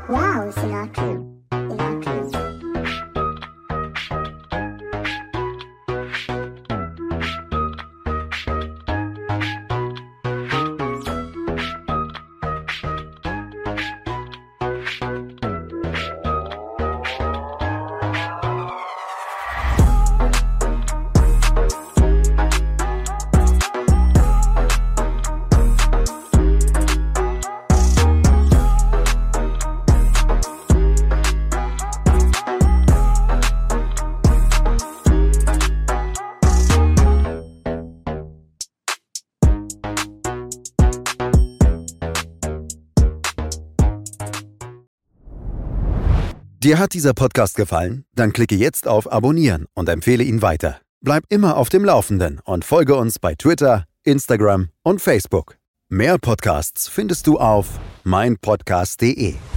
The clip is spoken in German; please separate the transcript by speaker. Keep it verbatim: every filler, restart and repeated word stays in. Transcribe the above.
Speaker 1: Wow, Sinatra. Sinatra.
Speaker 2: Dir hat dieser Podcast gefallen? Dann klicke jetzt auf Abonnieren und empfehle ihn weiter. Bleib immer auf dem Laufenden und folge uns bei Twitter, Instagram und Facebook. Mehr Podcasts findest du auf mein podcast punkt de.